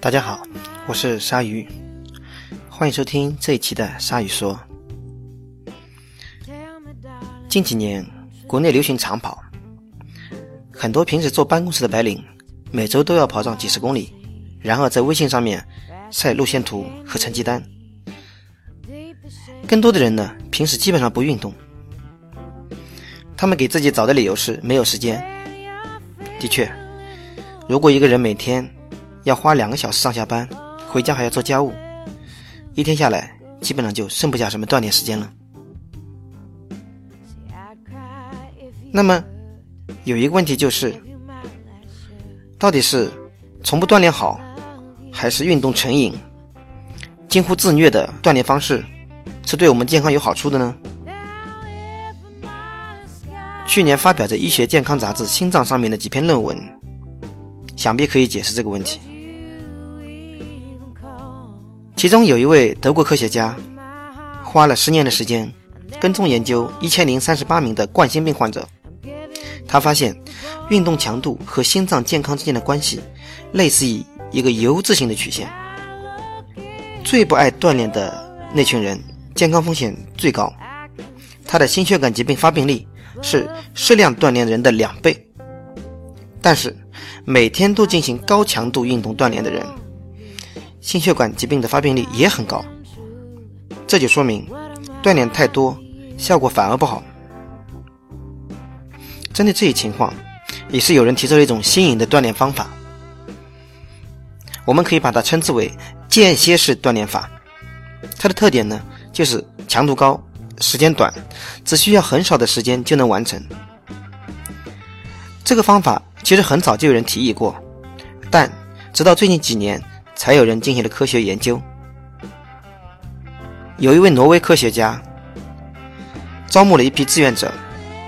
大家好，我是鲨鱼，欢迎收听这一期的鲨鱼说。近几年国内流行长跑，很多平时坐办公室的白领每周都要跑上几十公里，然后在微信上面晒路线图和成绩单。更多的人呢，平时基本上不运动，他们给自己找的理由是没有时间。的确，如果一个人每天要花2个小时上下班，回家还要做家务，一天下来基本上就剩不下什么锻炼时间了。那么有一个问题就是，到底是从不锻炼好，还是运动成瘾，近乎自虐的锻炼方式是对我们健康有好处的呢？去年发表在医学健康杂志心脏上面的几篇论文，想必可以解释这个问题。其中有一位德国科学家花了10年的时间跟踪研究1038名的冠心病患者，他发现运动强度和心脏健康之间的关系类似于一个 U 字形的曲线。最不爱锻炼的那群人健康风险最高，他的心血管疾病发病率是适量锻炼人的2倍。但是每天都进行高强度运动锻炼的人，心血管疾病的发病率也很高。这就说明锻炼太多效果反而不好。针对这一情况，也是有人提出了一种新颖的锻炼方法，我们可以把它称之为间歇式锻炼法。它的特点呢，就是强度高，时间短，只需要很少的时间就能完成。这个方法其实很早就有人提议过，但直到最近几年才有人进行了科学研究。有一位挪威科学家招募了一批志愿者，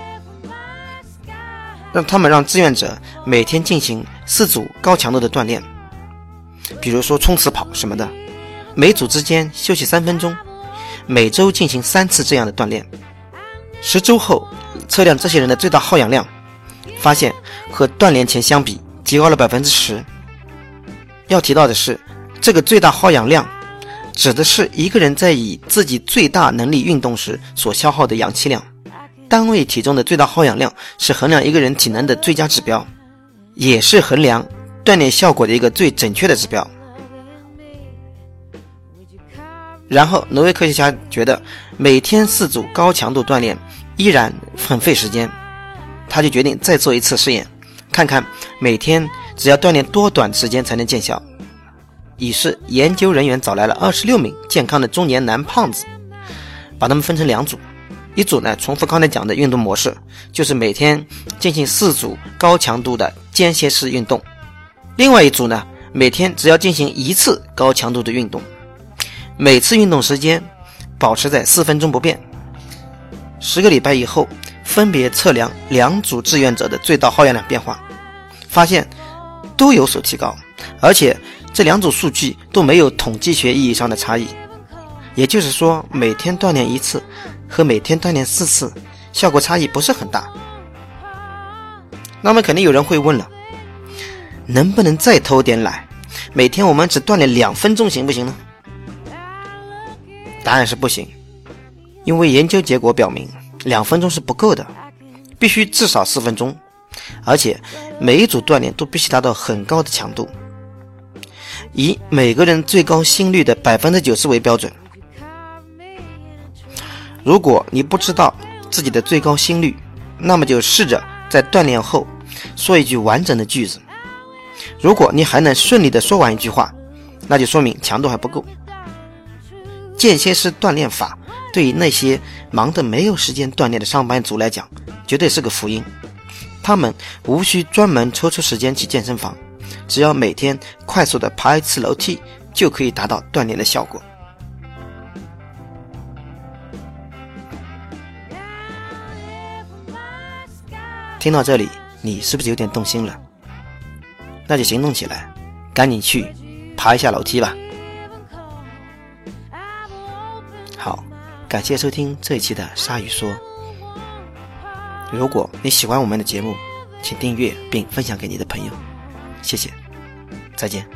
让志愿者每天进行4组高强度的锻炼，比如说冲刺跑什么的，每组之间休息3分钟，每周进行3次这样的锻炼。10周后测量这些人的最大耗氧量，发现和锻炼前相比提高了 10%。 要提到的是，这个最大耗氧量指的是一个人在以自己最大能力运动时所消耗的氧气量。单位体重的最大耗氧量是衡量一个人体能的最佳指标，也是衡量锻炼效果的一个最准确的指标。然后挪威科学家觉得每天4组高强度锻炼依然很费时间，他就决定再做一次试验，看看每天只要锻炼多短时间才能见效。于是研究人员找来了26名健康的中年男胖子，把他们分成2组，一组呢重复刚才讲的运动模式，就是每天进行4组高强度的间歇式运动，另外一组呢每天只要进行1次高强度的运动，每次运动时间保持在4分钟不变。10个礼拜以后，分别测量2组志愿者的最大耗氧量变化，发现都有所提高，而且这2组数据都没有统计学意义上的差异。也就是说，每天锻炼1次和每天锻炼4次效果差异不是很大。那么肯定有人会问了，能不能再偷点懒，每天我们只锻炼2分钟行不行呢？答案是不行，因为研究结果表明2分钟是不够的，必须至少4分钟，而且每一组锻炼都必须达到很高的强度，以每个人最高心率的 90% 为标准。如果你不知道自己的最高心率，那么就试着在锻炼后说一句完整的句子。如果你还能顺利地说完一句话，那就说明强度还不够。间歇式锻炼法对于那些忙得没有时间锻炼的上班族来讲，绝对是个福音。他们无需专门抽出时间去健身房，只要每天快速地爬1次楼梯，就可以达到锻炼的效果。听到这里，你是不是有点动心了？那就行动起来，赶紧去爬一下楼梯吧。好，感谢收听这一期的鲨鱼说。如果你喜欢我们的节目，请订阅并分享给你的朋友，谢谢，再见。